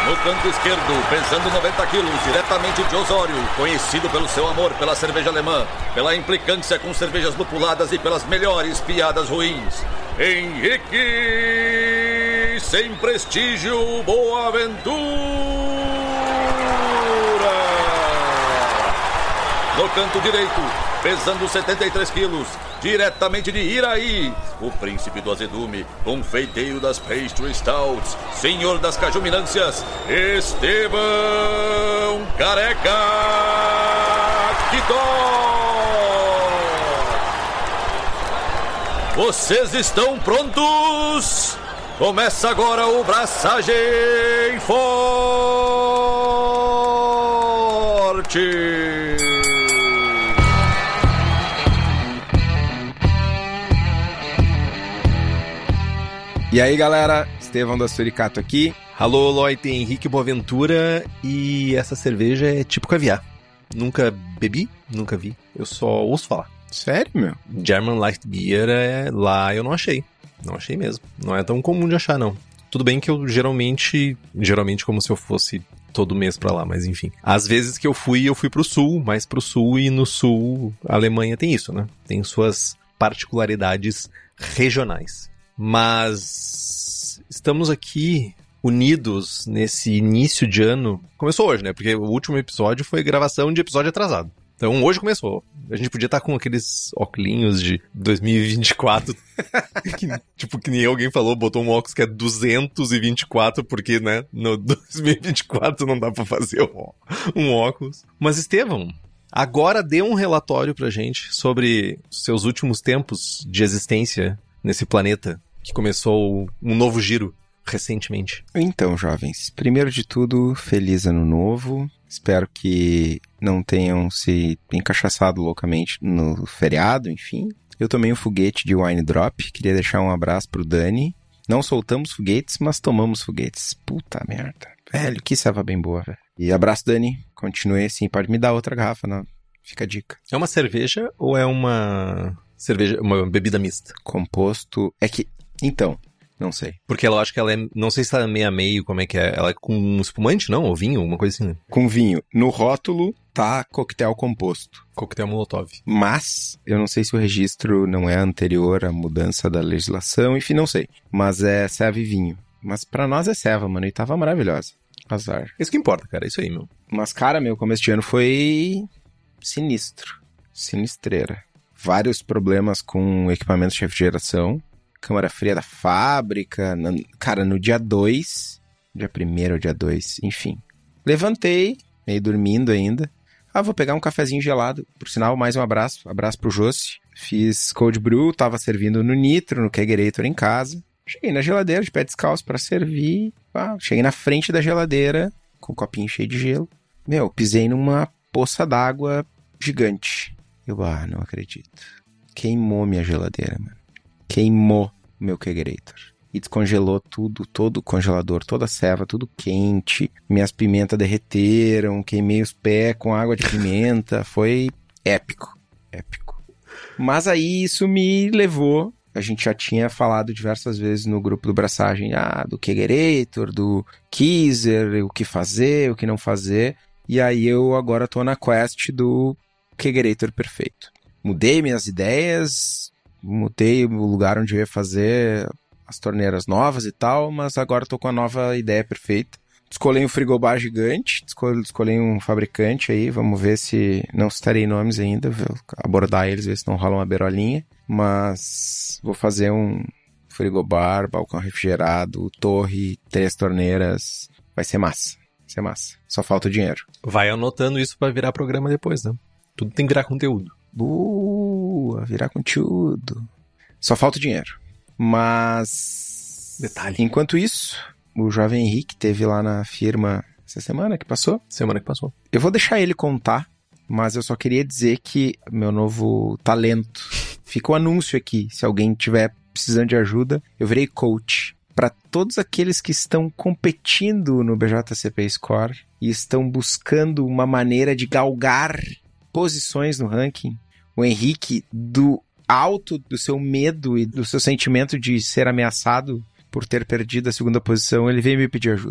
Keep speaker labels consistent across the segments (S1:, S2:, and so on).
S1: No canto esquerdo, pesando 90 quilos, diretamente de Osório, conhecido pelo seu amor pela cerveja alemã, pela implicância com cervejas lupuladas e pelas melhores piadas ruins. Henrique, sem prestígio, Boaventura. No canto direito, pesando 73 quilos, diretamente de Iraí, o príncipe do azedume, confeiteiro das pastry stouts, senhor das cajuminâncias, Estevão Careca Quitó. Vocês estão prontos? Começa agora o Braçagem Forte.
S2: E aí, galera, Estevão da Suricato aqui.
S3: Alô, Loite, Henrique Boaventura. E essa cerveja é tipo caviar. Nunca bebi, nunca vi. Eu só ouço falar.
S2: Sério, meu?
S3: German Light Beer lá eu não achei. Não achei mesmo. Não é tão comum de achar, não. Tudo bem que eu geralmente como se eu fosse todo mês pra lá, mas enfim. Às vezes que eu fui pro sul, mais pro sul, e no sul a Alemanha tem isso, né? Tem suas particularidades regionais. Mas estamos aqui unidos nesse início de ano. Começou hoje, né? Porque o último episódio foi gravação de episódio atrasado. Então hoje começou. A gente podia estar com aqueles óculos de 2024. que nem alguém falou, botou um óculos que é 224, porque, né, no 2024 não dá pra fazer um óculos. Mas, Estevão, agora dê um relatório pra gente sobre seus últimos tempos de existência nesse planeta que começou um novo giro recentemente.
S2: Então, jovens, primeiro de tudo, feliz ano novo. Espero que não tenham se encachaçado loucamente no feriado, enfim. Eu tomei um foguete de Wine Drop, queria deixar um abraço pro Dani. Não soltamos foguetes, mas tomamos foguetes. Puta merda. Velho, que serva bem boa, velho. E abraço, Dani. Continue assim, pode me dar outra garrafa, não? Fica a dica.
S3: É uma cerveja ou é uma cerveja, uma bebida mista?
S2: Composto... Então, não sei.
S3: Porque eu acho que ela é... Não sei se ela é meio a meio, como é que é. Ela é com espumante, não? Ou vinho? Uma coisa assim, né?
S2: Com vinho. No rótulo tá coquetel composto.
S3: Coquetel Molotov.
S2: Mas, eu não sei se o registro não é anterior à mudança da legislação. Enfim, não sei. Mas é ceva e vinho. Mas pra nós é ceva, mano. E tava maravilhosa. Azar.
S3: Isso que importa, cara. Isso aí, meu.
S2: Mas, cara, meu começo de ano foi sinistro. Sinistreira. Vários problemas com equipamentos de refrigeração. Câmara fria da fábrica, cara, no dia 2, dia 1º ou dia 2, enfim. Levantei, meio dormindo ainda. Vou pegar um cafezinho gelado, por sinal, mais um abraço pro Jossi. Fiz cold brew, tava servindo no Nitro, no Kegerator em casa. Cheguei na geladeira de pé descalço pra servir. Cheguei na frente da geladeira, com um copinho cheio de gelo. Meu, pisei numa poça d'água gigante. Eu, não acredito. Queimou minha geladeira, mano. Queimou o meu Kegerator. E descongelou tudo, todo o congelador, toda a ceva, tudo quente. Minhas pimentas derreteram, queimei os pés com água de pimenta. Foi épico, épico. Mas aí isso me levou... A gente já tinha falado diversas vezes no grupo do Braçagem, do Kegerator, do Kaiser, o que fazer, o que não fazer. E aí eu agora tô na quest do Kegerator perfeito. Mudei minhas ideias... Mudei o lugar onde eu ia fazer as torneiras novas e tal, mas agora tô com a nova ideia perfeita. Escolhi um frigobar gigante, escolhi um fabricante aí, vamos ver se... Não citarei nomes ainda, vou abordar eles, ver se não rola uma beirolinha. Mas vou fazer um frigobar, balcão refrigerado, torre, 3 torneiras. Vai ser massa, vai ser massa. Só falta o dinheiro.
S3: Vai anotando isso pra virar programa depois, né? Tudo tem que virar conteúdo.
S2: Boa, virar conteúdo. Só falta o dinheiro. Mas...
S3: Detalhe.
S2: Enquanto isso, o jovem Henrique teve lá na firma essa semana que passou.
S3: Semana que passou.
S2: Eu vou deixar ele contar, mas eu só queria dizer que meu novo talento... Fica o anúncio aqui, se alguém tiver precisando de ajuda, eu virei coach. Para todos aqueles que estão competindo no BJCP Score e estão buscando uma maneira de galgar posições no ranking, o Henrique, do alto do seu medo e do seu sentimento de ser ameaçado por ter perdido a 2ª posição, ele veio me pedir ajuda.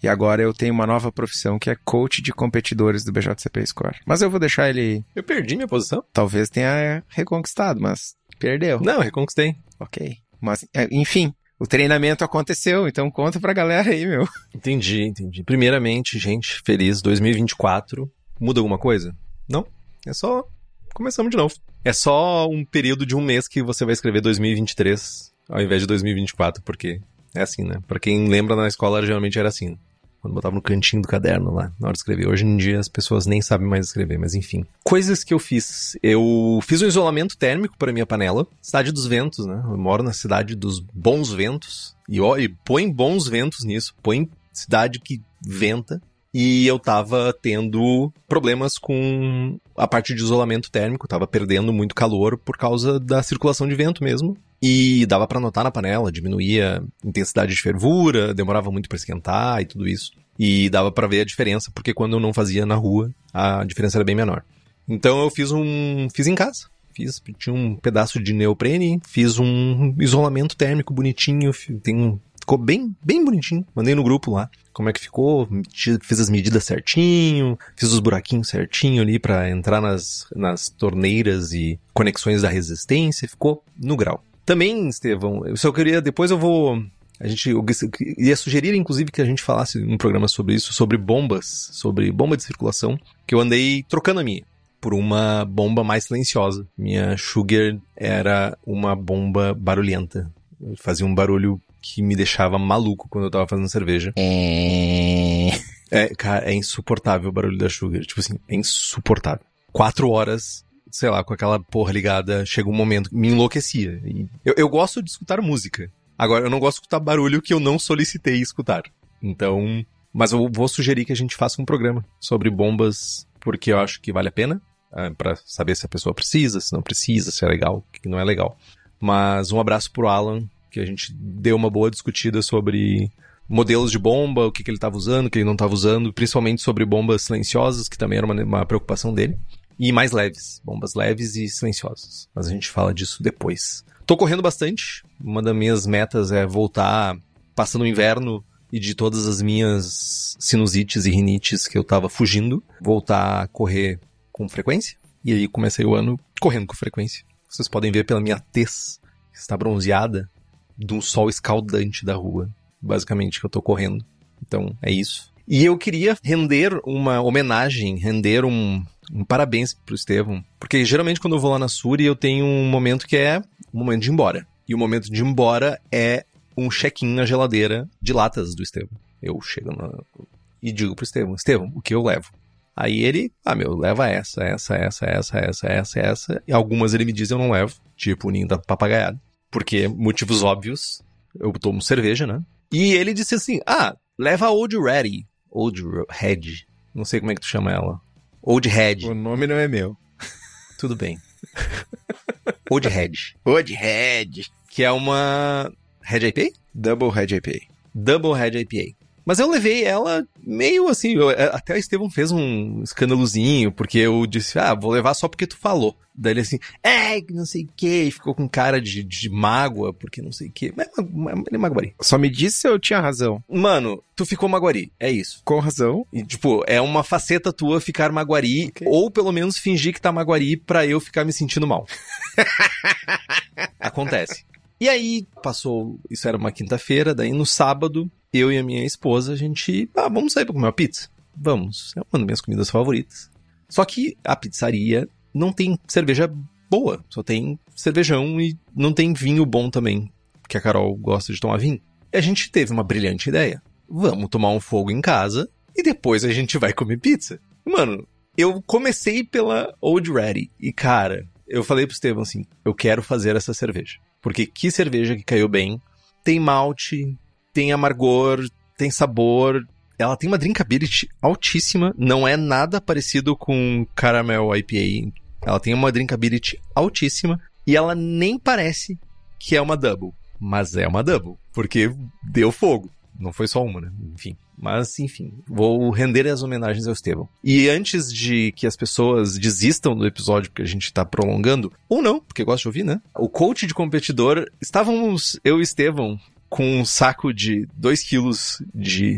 S2: E agora eu tenho uma nova profissão que é coach de competidores do BJCP Score. Mas eu vou deixar ele...
S3: Eu perdi minha posição?
S2: Talvez tenha reconquistado, mas perdeu.
S3: Não, reconquistei.
S2: Ok. Mas, enfim, o treinamento aconteceu, então conta pra galera aí, meu.
S3: Entendi. Primeiramente, gente, feliz 2024. Muda alguma coisa? Não. É só... Começamos de novo. É só um período de um mês que você vai escrever 2023 ao invés de 2024, porque é assim, né? Pra quem lembra, na escola geralmente era assim, né? Quando botava no cantinho do caderno lá, na hora de escrever. Hoje em dia as pessoas nem sabem mais escrever, mas enfim. Coisas que eu fiz. Eu fiz um isolamento térmico para minha panela. Cidade dos ventos, né? Eu moro na cidade dos bons ventos. E põe bons ventos nisso. Põe cidade que venta. E eu tava tendo problemas com a parte de isolamento térmico. Tava perdendo muito calor por causa da circulação de vento mesmo. E dava pra notar na panela, diminuía a intensidade de fervura, demorava muito pra esquentar e tudo isso. E dava pra ver a diferença, porque quando eu não fazia na rua, a diferença era bem menor. Então eu fiz em casa. Tinha um pedaço de neoprene, fiz um isolamento térmico bonitinho, ficou bem bonitinho. Mandei no grupo lá como é que ficou, fiz as medidas certinho, fiz os buraquinhos certinho ali pra entrar nas torneiras e conexões da resistência, ficou no grau. Também, Estevão, eu só queria, depois eu ia sugerir, inclusive, que a gente falasse um programa sobre isso, sobre bombas, sobre bomba de circulação, que eu andei trocando a minha por uma bomba mais silenciosa. Minha Sugar era uma bomba barulhenta. Fazia um barulho que me deixava maluco quando eu tava fazendo cerveja. Cara, é insuportável o barulho da Sugar. Tipo assim, é insuportável. 4 horas... sei lá, com aquela porra ligada, chega um momento que me enlouquecia. E eu gosto de escutar música. Agora, eu não gosto de escutar barulho que eu não solicitei escutar. Então, mas eu vou sugerir que a gente faça um programa sobre bombas, porque eu acho que vale a pena, pra saber se a pessoa precisa, se não precisa, se é legal, o que não é legal. Mas um abraço pro Alan, que a gente deu uma boa discutida sobre modelos de bomba, o que ele estava usando, o que ele não estava usando, principalmente sobre bombas silenciosas, que também era uma preocupação dele. E mais leves, bombas leves e silenciosas. Mas a gente fala disso depois. Tô correndo bastante. Uma das minhas metas é voltar, passando o inverno e de todas as minhas sinusites e rinites que eu tava fugindo, voltar a correr com frequência. E aí comecei o ano correndo com frequência. Vocês podem ver pela minha tez, que está bronzeada, de um sol escaldante da rua. Basicamente, que eu tô correndo. Então, é isso. E eu queria render uma homenagem, render um parabéns pro Estevão. Porque geralmente quando eu vou lá na Suri, eu tenho um momento que é o momento de ir embora. E o momento de ir embora é um check-in na geladeira de latas do Estevão. Eu chego e digo pro Estevão, o que eu levo? Aí ele, leva essa. E algumas ele me diz eu não levo, tipo o ninho da papagaiada. Porque, motivos óbvios, eu tomo cerveja, né? E ele disse assim, leva a Old Red. Não sei como é que tu chama ela. Old Red.
S2: O nome não é meu.
S3: Tudo bem. Old Red.
S2: Old Red.
S3: Que é uma... Red IPA?
S2: Double Red IPA.
S3: Double Red IPA. Mas eu levei ela meio assim... até o Estevão fez um escândalozinho, porque eu disse, vou levar só porque tu falou. Daí ele assim, não sei o que, e ficou com cara de mágoa, porque não sei o que. Mas ele é maguari.
S2: Só me disse se eu tinha razão.
S3: Mano, tu ficou maguari, é isso.
S2: Com razão.
S3: E tipo, é uma faceta tua ficar maguari, okay. Ou pelo menos fingir que tá maguari pra eu ficar me sentindo mal. Acontece. E aí, passou, isso era uma quinta-feira, daí no sábado, eu e a minha esposa, a gente, vamos sair pra comer uma pizza? Vamos, é uma das minhas comidas favoritas. Só que a pizzaria não tem cerveja boa, só tem cervejão e não tem vinho bom também, que a Carol gosta de tomar vinho. E a gente teve uma brilhante ideia. Vamos tomar um fogo em casa e depois a gente vai comer pizza. Mano, eu comecei pela Old Ready e, cara, eu falei pro Estevão assim, eu quero fazer essa cerveja. Porque que cerveja que caiu bem, tem malte, tem amargor, tem sabor, ela tem uma drinkability altíssima, não é nada parecido com Caramel IPA, ela tem uma drinkability altíssima e ela nem parece que é uma double, mas é uma double, porque deu fogo, não foi só uma, né? Enfim, vou render as homenagens ao Estevão. E antes de que as pessoas desistam do episódio porque a gente tá prolongando, ou não, porque gosto de ouvir, né? O coach de competidor, estávamos eu e Estevão com um saco de 2 quilos de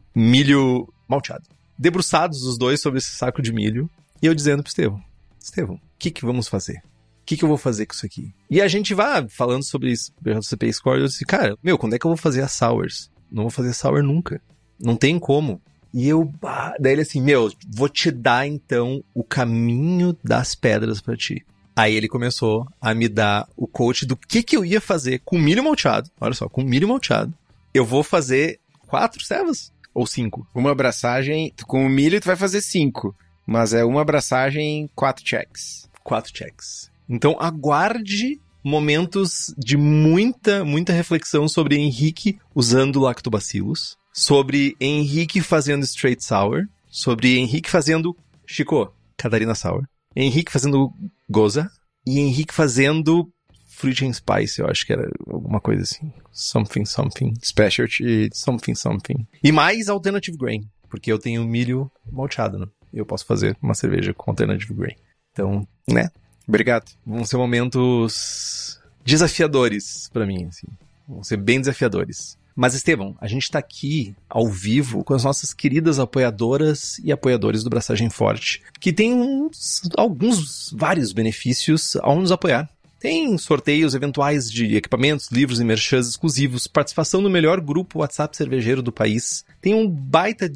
S3: milho malteado. Debruçados os dois sobre esse saco de milho, e eu dizendo pro Estevão, o que vamos fazer? O que eu vou fazer com isso aqui? E a gente vai falando sobre CPA Score, e eu disse, cara, quando é que eu vou fazer as sours? Não vou fazer sour nunca. Não tem como. E daí ele assim, vou te dar então o caminho das pedras pra ti. Aí ele começou a me dar o coach do que eu ia fazer com milho malteado. Olha só, com milho malteado. Eu vou fazer 4 cevas ou 5.
S2: Uma abraçagem, com o milho tu vai fazer 5. Mas é uma abraçagem, 4 checks.
S3: 4 checks. Então aguarde momentos de muita, muita reflexão sobre Henrique usando lactobacilos, sobre Henrique fazendo straight sour, sobre Henrique fazendo Chico, Catarina Sour, Henrique fazendo Goza e Henrique fazendo Fruit and Spice, eu acho que era alguma coisa assim. Something.
S2: Specialty.
S3: Something. E mais Alternative Grain, porque eu tenho milho malteado, né? Eu posso fazer uma cerveja com Alternative Grain. Então, né?
S2: Obrigado.
S3: Vão ser momentos desafiadores pra mim, assim. Vão ser bem desafiadores. Mas, Estevão, a gente tá aqui ao vivo com as nossas queridas apoiadoras e apoiadores do Braçagem Forte, que tem vários benefícios ao nos apoiar. Tem sorteios eventuais de equipamentos, livros e merchans exclusivos, participação no melhor grupo WhatsApp cervejeiro do país. Tem um baita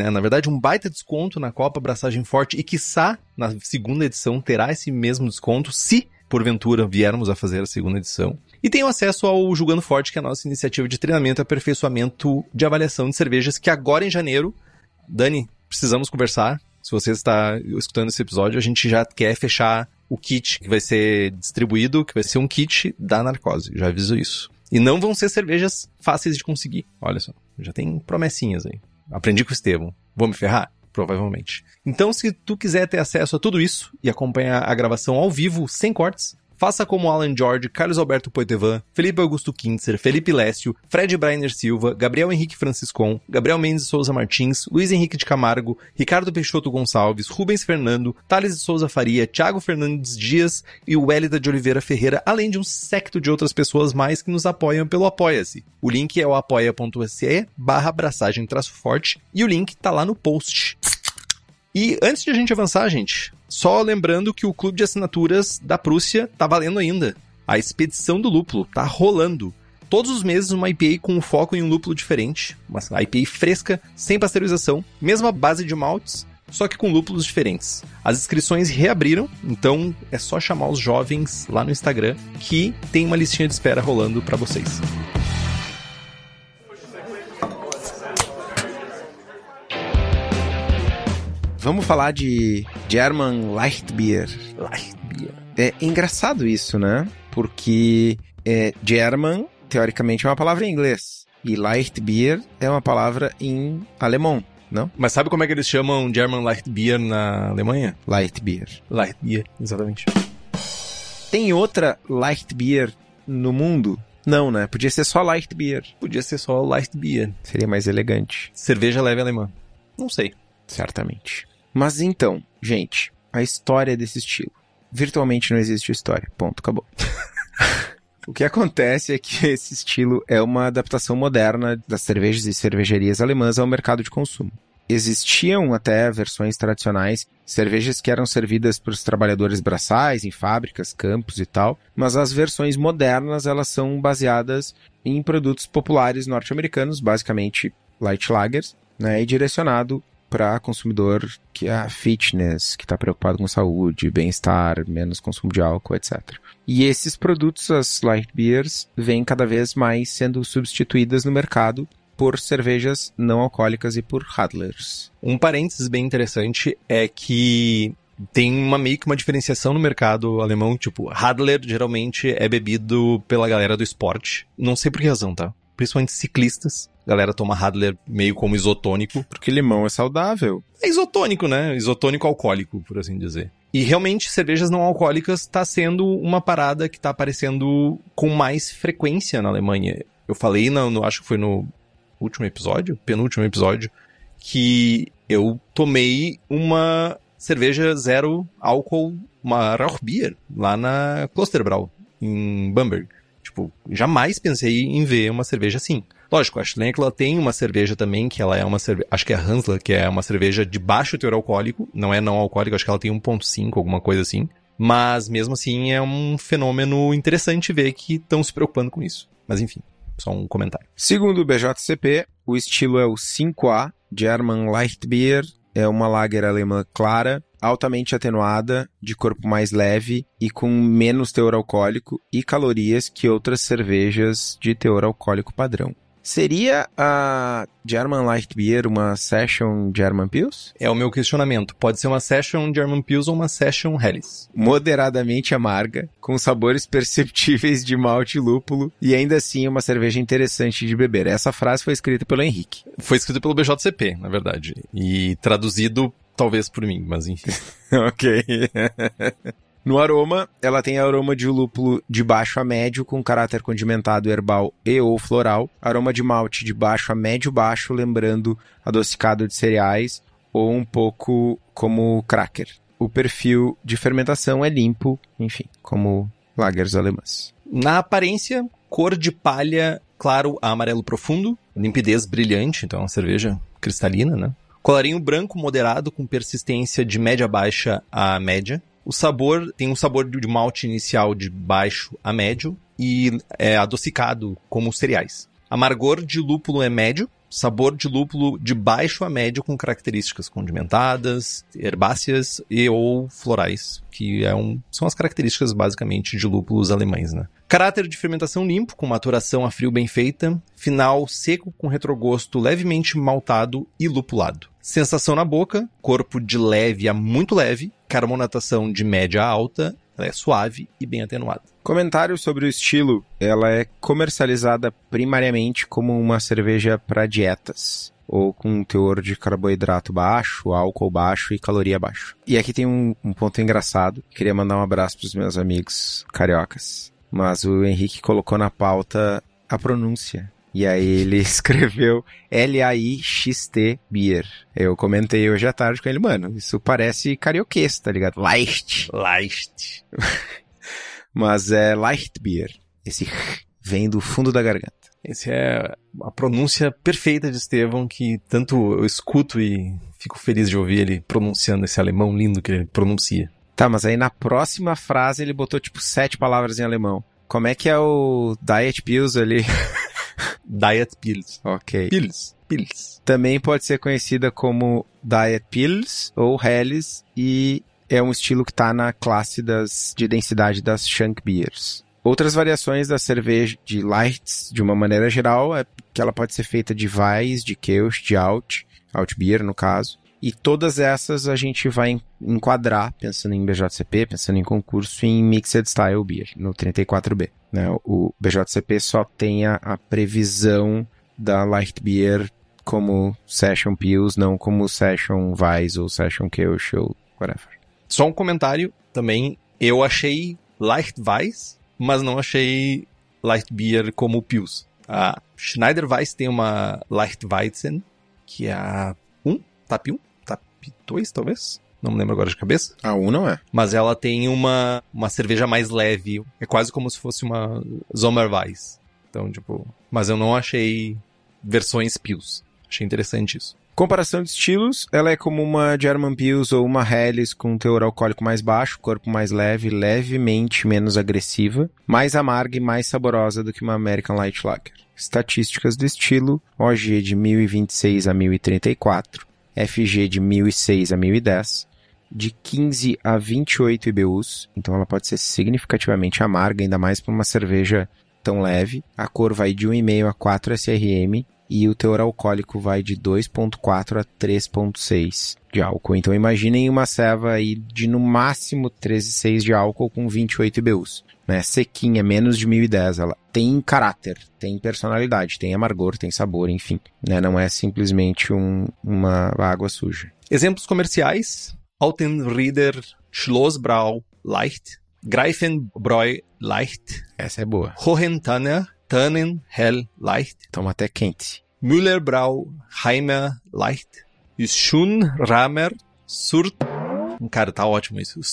S3: desconto na Copa Braçagem Forte e, quiçá, na segunda edição terá esse mesmo desconto, se, porventura, viermos a fazer a segunda edição. E tem o acesso ao Julgando Forte, que é a nossa iniciativa de treinamento e aperfeiçoamento de avaliação de cervejas, que agora em janeiro, Dani, precisamos conversar. Se você está escutando esse episódio, a gente já quer fechar o kit que vai ser distribuído, que vai ser um kit da Narcose, já aviso isso. E não vão ser cervejas fáceis de conseguir, olha só, já tem promessinhas aí. Aprendi com o Estevão, vou me ferrar? Provavelmente. Então, se tu quiser ter acesso a tudo isso e acompanhar a gravação ao vivo, sem cortes, faça como Alan George, Carlos Alberto Poitevin, Felipe Augusto Kintzer, Felipe Lécio, Fred Brainer Silva, Gabriel Henrique Franciscon, Gabriel Mendes Souza Martins, Luiz Henrique de Camargo, Ricardo Peixoto Gonçalves, Rubens Fernando, Thales de Souza Faria, Thiago Fernandes Dias e o Wélida de Oliveira Ferreira, além de um séquito de outras pessoas mais que nos apoiam pelo Apoia-se. O link é o apoia.se/abraçagem-forte e o link tá lá no post. E antes de a gente avançar, gente, só lembrando que o clube de assinaturas da Prússia tá valendo ainda. A expedição do lúpulo tá rolando. Todos os meses uma IPA com foco em um lúpulo diferente, uma IPA fresca, sem pasteurização, mesma base de maltes, só que com lúpulos diferentes. As inscrições reabriram, então é só chamar os jovens lá no Instagram que tem uma listinha de espera rolando para vocês.
S2: Vamos falar de German Leichtbier. É engraçado isso, né? Porque German, teoricamente, é uma palavra em inglês. E Leichtbier é uma palavra em alemão, não?
S3: Mas sabe como é que eles chamam German Leichtbier na Alemanha?
S2: Leichtbier.
S3: Leichtbier, exatamente.
S2: Tem outra Leichtbier no mundo? Não, né? Podia ser só Leichtbier.
S3: Podia ser só Leichtbier.
S2: Seria mais elegante.
S3: Cerveja leve alemã. Não sei.
S2: Certamente. Mas então, gente, a história desse estilo. Virtualmente não existe história. Ponto, acabou. O que acontece é que esse estilo é uma adaptação moderna das cervejas e cervejarias alemãs ao mercado de consumo. Existiam até versões tradicionais, cervejas que eram servidas para os trabalhadores braçais, em fábricas, campos e tal, mas as versões modernas, elas são baseadas em produtos populares norte-americanos, basicamente light lagers, né, e direcionado para consumidor que é fitness, que está preocupado com saúde, bem-estar, menos consumo de álcool, etc. E esses produtos, as light beers, vêm cada vez mais sendo substituídas no mercado por cervejas não alcoólicas e por Radlers.
S3: Um parênteses bem interessante é que tem meio que uma diferenciação no mercado alemão, tipo, Radler geralmente é bebido pela galera do esporte. Não sei por que razão, tá? Principalmente ciclistas. A galera toma Radler meio como isotônico.
S2: Porque limão é saudável.
S3: É isotônico, né? Isotônico alcoólico, por assim dizer. E realmente, cervejas não alcoólicas tá sendo uma parada que tá aparecendo com mais frequência na Alemanha. Eu falei, acho que foi no penúltimo episódio, que eu tomei uma cerveja zero álcool, uma Rauchbier, lá na Klosterbrau, em Bamberg. Tipo, jamais pensei em ver uma cerveja assim. Lógico, a Schlenkerla tem uma cerveja também, que ela é uma cerveja, acho que é a Hansler, que é uma cerveja de baixo teor alcoólico, não é não alcoólico, acho que ela tem 1.5, alguma coisa assim. Mas mesmo assim é um fenômeno interessante ver que estão se preocupando com isso. Mas enfim, só um comentário.
S2: Segundo o BJCP, o estilo é o 5A, German Light Beer, é uma lager alemã clara, altamente atenuada, de corpo mais leve e com menos teor alcoólico e calorias que outras cervejas de teor alcoólico padrão. Seria a German Light Beer uma Session German Pils?
S3: É o meu questionamento. Pode ser uma Session German Pils ou uma Session Helles.
S2: Moderadamente amarga, com sabores perceptíveis de malte e lúpulo, e ainda assim uma cerveja interessante de beber. Essa frase foi escrita pelo Henrique.
S3: Foi escrito pelo BJCP, na verdade. E traduzido, talvez, por mim, mas enfim.
S2: Ok. No aroma, ela tem aroma de lúpulo de baixo a médio, com caráter condimentado, herbal e ou floral. Aroma de malte de baixo a médio-baixo, lembrando adocicado de cereais ou um pouco como cracker. O perfil de fermentação é limpo, enfim, como lagers alemãs.
S3: Na aparência, cor de palha claro a amarelo profundo, limpidez brilhante, então é uma cerveja cristalina, né? Colarinho branco moderado com persistência de média baixa a média. O sabor tem um sabor de malte inicial de baixo a médio e é adocicado como cereais. Amargor de lúpulo é médio, sabor de lúpulo de baixo a médio com características condimentadas, herbáceas e ou florais, que são as características basicamente de lúpulos alemães, né? Caráter de fermentação limpo, com maturação a frio bem feita. Final seco com retrogosto levemente maltado e lupulado. Sensação na boca, corpo de leve a muito leve, carbonatação de média a alta, ela é suave e bem atenuada.
S2: Comentário sobre o estilo. Ela é comercializada primariamente como uma cerveja para dietas, ou com um teor de carboidrato baixo, álcool baixo e caloria baixa. E aqui tem um ponto engraçado. Queria mandar um abraço para os meus amigos cariocas. Mas o Henrique colocou na pauta a pronúncia. E aí ele escreveu L-A-I-X-T Beer. Eu comentei hoje à tarde com ele, mano, isso parece carioquês, tá ligado? Leicht. Mas é Light Beer. Esse vem do fundo da garganta.
S3: Essa é a pronúncia perfeita de Estevão, que tanto eu escuto e fico feliz de ouvir ele pronunciando esse alemão lindo que ele pronuncia.
S2: Tá, mas aí na próxima frase ele botou tipo 7 palavras em alemão. Como é que é o Diet Pils ali?
S3: Diet Pils.
S2: Ok.
S3: Pils.
S2: Também pode ser conhecida como Diet Pils ou Helles e é um estilo que está na classe de densidade das Chunk Beers. Outras variações da cerveja de Lights, de uma maneira geral, é que ela pode ser feita de Weiss, de Kelch, de Alt Beer no caso. E todas essas a gente vai enquadrar, pensando em BJCP, pensando em concurso, em Mixed Style Beer, no 34B. Né? O BJCP só tem a previsão da Light Beer como Session Pils, não como Session Weiss ou Session Kelch ou whatever.
S3: Só um comentário também. Eu achei Light Weiss, mas não achei Light Beer como Pils. A Schneider Weiss tem uma Light Weizen, que é a TAP 1? TAP 2, talvez? Não me lembro agora de cabeça.
S2: A 1 não é.
S3: Mas ela tem uma cerveja mais leve. É quase como se fosse uma Sommerweiss. Então, tipo... Mas eu não achei versões Pils. Achei interessante isso.
S2: Comparação de estilos, ela é como uma German Pils ou uma Helles com teor alcoólico mais baixo, corpo mais leve, levemente menos agressiva, mais amarga e mais saborosa do que uma American Light Lager. Estatísticas do estilo, OG de 1026 a 1034, FG de 1006 a 1010, de 15 a 28 IBUs, então ela pode ser significativamente amarga, ainda mais para uma cerveja tão leve. A cor vai de 1,5 a 4 SRM e o teor alcoólico vai de 2,4 a 3,6 de álcool. Então imaginem uma ceva aí de no máximo 13,6 de álcool com 28 IBUs. Né? Sequinha, menos de 1010. Ela tem caráter, tem personalidade, tem amargor, tem sabor, enfim. Né? Não é simplesmente uma água suja.
S3: Exemplos comerciais: Altenrieder Schlossbrau Leicht, Greifenbräu Leicht.
S2: Essa é boa.
S3: Hohentanner Tannen Hell Leicht.
S2: Toma até quente.
S3: Müllerbrau Heimer Leicht. Schunramer Surt... Cara, tá ótimo isso.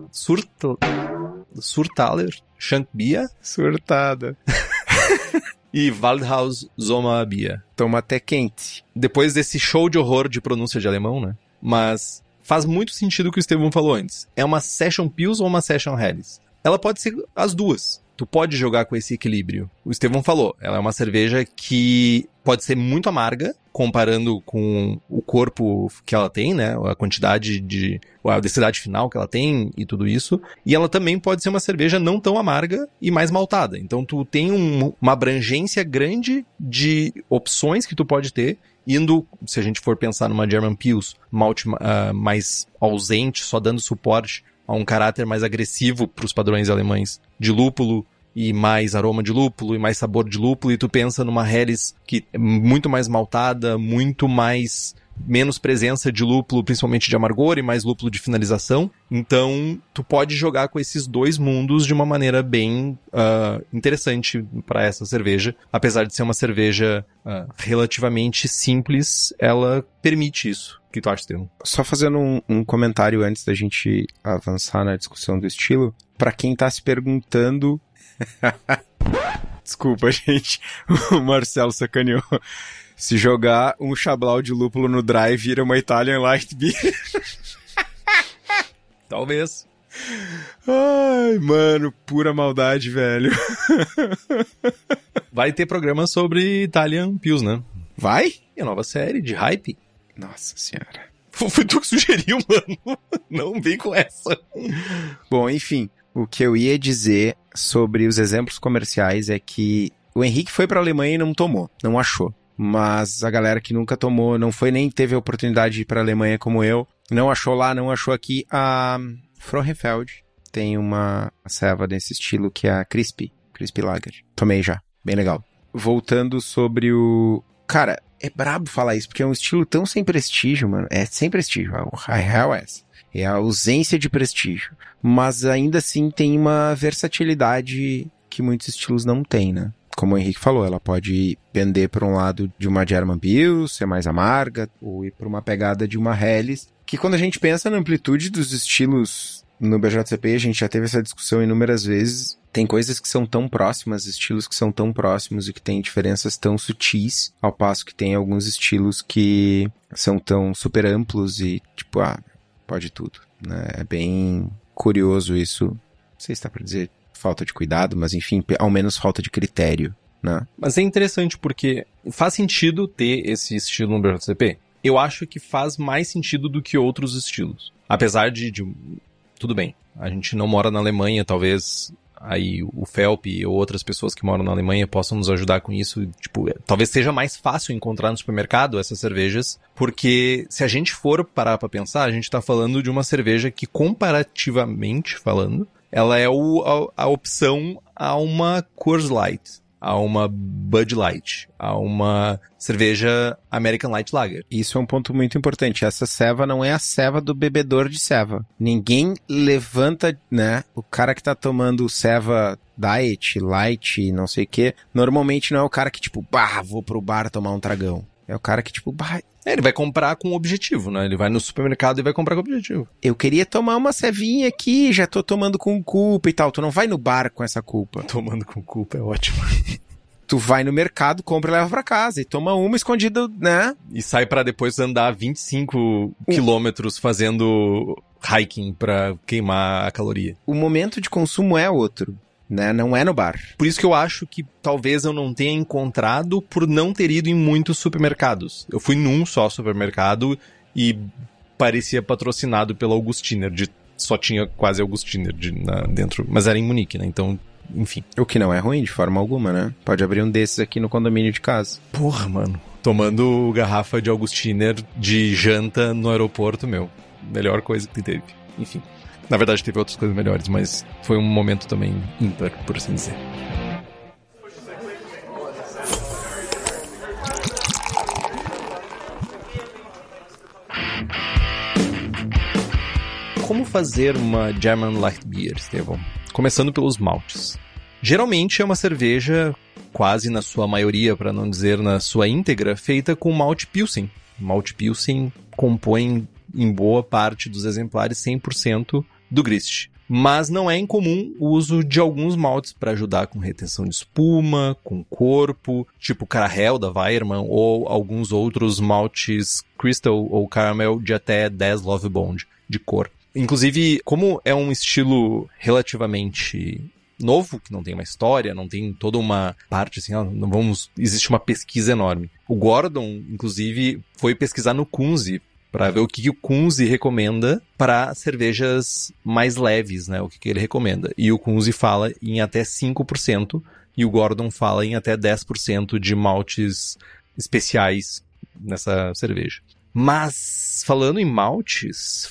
S3: Surtaler Schankbier.
S2: Surtada.
S3: e Waldhaus Sommerbier.
S2: Toma até quente.
S3: Depois desse show de horror de pronúncia de alemão, né? Mas faz muito sentido o que o Estevão falou antes. É uma Session Pils ou uma Session Helles? Ela pode ser as duas. Tu pode jogar com esse equilíbrio. O Estevão falou, ela é uma cerveja que pode ser muito amarga, comparando com o corpo que ela tem, né? A quantidade a densidade final que ela tem e tudo isso. E ela também pode ser uma cerveja não tão amarga e mais maltada. Então tu tem uma abrangência grande de opções que tu pode ter, indo, se a gente for pensar numa German Pils, malte mais ausente, só dando suporte a um caráter mais agressivo para os padrões alemães de lúpulo e mais aroma de lúpulo e mais sabor de lúpulo, e tu pensa numa Helles que é muito mais maltada, menos presença de lúpulo, principalmente de amargor, e mais lúpulo de finalização. Então, tu pode jogar com esses dois mundos de uma maneira bem interessante para essa cerveja. Apesar de ser uma cerveja relativamente simples, ela permite isso. O que tu acha, Estevão?
S2: Só fazendo um comentário antes da gente avançar na discussão do estilo. Pra quem tá se perguntando... Desculpa, gente. O Marcelo sacaneou. Se jogar um Chablau de lúpulo no dry, vira uma Italian Light Beer.
S3: Talvez.
S2: Ai, mano, pura maldade, velho.
S3: Vai ter programa sobre Italian Pils, né?
S2: Vai?
S3: E a nova série de Hype.
S2: Nossa senhora.
S3: Foi tu que sugeriu, mano. Não vem com essa.
S2: Bom, enfim, o que eu ia dizer sobre os exemplos comerciais é que o Henrique foi pra Alemanha e não tomou, não achou. Mas a galera que nunca tomou, não foi nem teve a oportunidade de ir pra Alemanha como eu, não achou lá, não achou aqui. A Frauenfeld tem uma ceva desse estilo que é a Crispy Lager. Tomei já, bem legal. Voltando sobre o... Cara, é brabo falar isso, porque é um estilo tão sem prestígio, mano. É sem prestígio, é a ausência de prestígio. Mas ainda assim tem uma versatilidade que muitos estilos não têm, né? Como o Henrique falou, ela pode pender para um lado de uma German Pils, ser mais amarga, ou ir para uma pegada de uma Helles, que quando a gente pensa na amplitude dos estilos no BJCP, a gente já teve essa discussão inúmeras vezes, tem coisas que são tão próximas, estilos que são tão próximos e que têm diferenças tão sutis, ao passo que tem alguns estilos que são tão super amplos e, tipo, pode tudo, né? É bem curioso isso, não sei se dá pra dizer falta de cuidado, mas enfim, ao menos falta de critério, né?
S3: Mas é interessante porque faz sentido ter esse estilo no BJCP. Eu acho que faz mais sentido do que outros estilos. Apesar de tudo bem, a gente não mora na Alemanha, talvez aí o Felp ou outras pessoas que moram na Alemanha possam nos ajudar com isso. Tipo, talvez seja mais fácil encontrar no supermercado essas cervejas, porque se a gente for parar pra pensar, a gente tá falando de uma cerveja que, comparativamente falando, ela é a opção a uma Coors Light, a uma Bud Light, a uma cerveja American Light Lager.
S2: Isso é um ponto muito importante. Essa ceva não é a ceva do bebedor de ceva. Ninguém levanta, né? O cara que tá tomando ceva Diet, Light, não sei o quê, normalmente não é o cara que, tipo, vou pro bar tomar um tragão. É o cara que, tipo,
S3: ele vai comprar com objetivo, né? Ele vai no supermercado e vai comprar com objetivo.
S2: Eu queria tomar uma cevinha aqui, já tô tomando com culpa e tal. Tu não vai no bar com essa culpa.
S3: Tomando com culpa é ótimo.
S2: Tu vai no mercado, compra e leva pra casa. E toma uma escondida, né?
S3: E sai pra depois andar 25 quilômetros fazendo hiking pra queimar a caloria.
S2: O momento de consumo é outro, né? Não é no bar.
S3: Por isso que eu acho que talvez eu não tenha encontrado por não ter ido em muitos supermercados. Eu fui num só supermercado e parecia patrocinado pela Augustiner. Só tinha quase Augustiner dentro, mas era em Munique, né? Então, enfim.
S2: O que não é ruim de forma alguma, né? Pode abrir um desses aqui no condomínio de casa.
S3: Porra, mano. Tomando garrafa de Augustiner de janta no aeroporto, meu. Melhor coisa que teve. Enfim. Na verdade, teve outras coisas melhores, mas foi um momento também ímpar, por assim dizer. Como fazer uma German Light Beer, Estevão? Começando pelos maltes. Geralmente é uma cerveja, quase na sua maioria, para não dizer na sua íntegra, feita com malte Pilsen. Malte Pilsen compõe, em boa parte dos exemplares, 100% do grist. Mas não é incomum o uso de alguns maltes para ajudar com retenção de espuma, com corpo, tipo Carahel da Weyermann ou alguns outros maltes Crystal ou Caramel de até 10 Love Bond de cor. Inclusive, como é um estilo relativamente novo, que não tem uma história, não tem toda uma parte assim, existe uma pesquisa enorme. O Gordon, inclusive, foi pesquisar no Kunze para ver o que o Kunze recomenda para cervejas mais leves, né? O que ele recomenda. E o Kunze fala em até 5% e o Gordon fala em até 10% de maltes especiais nessa cerveja. Mas, falando em maltes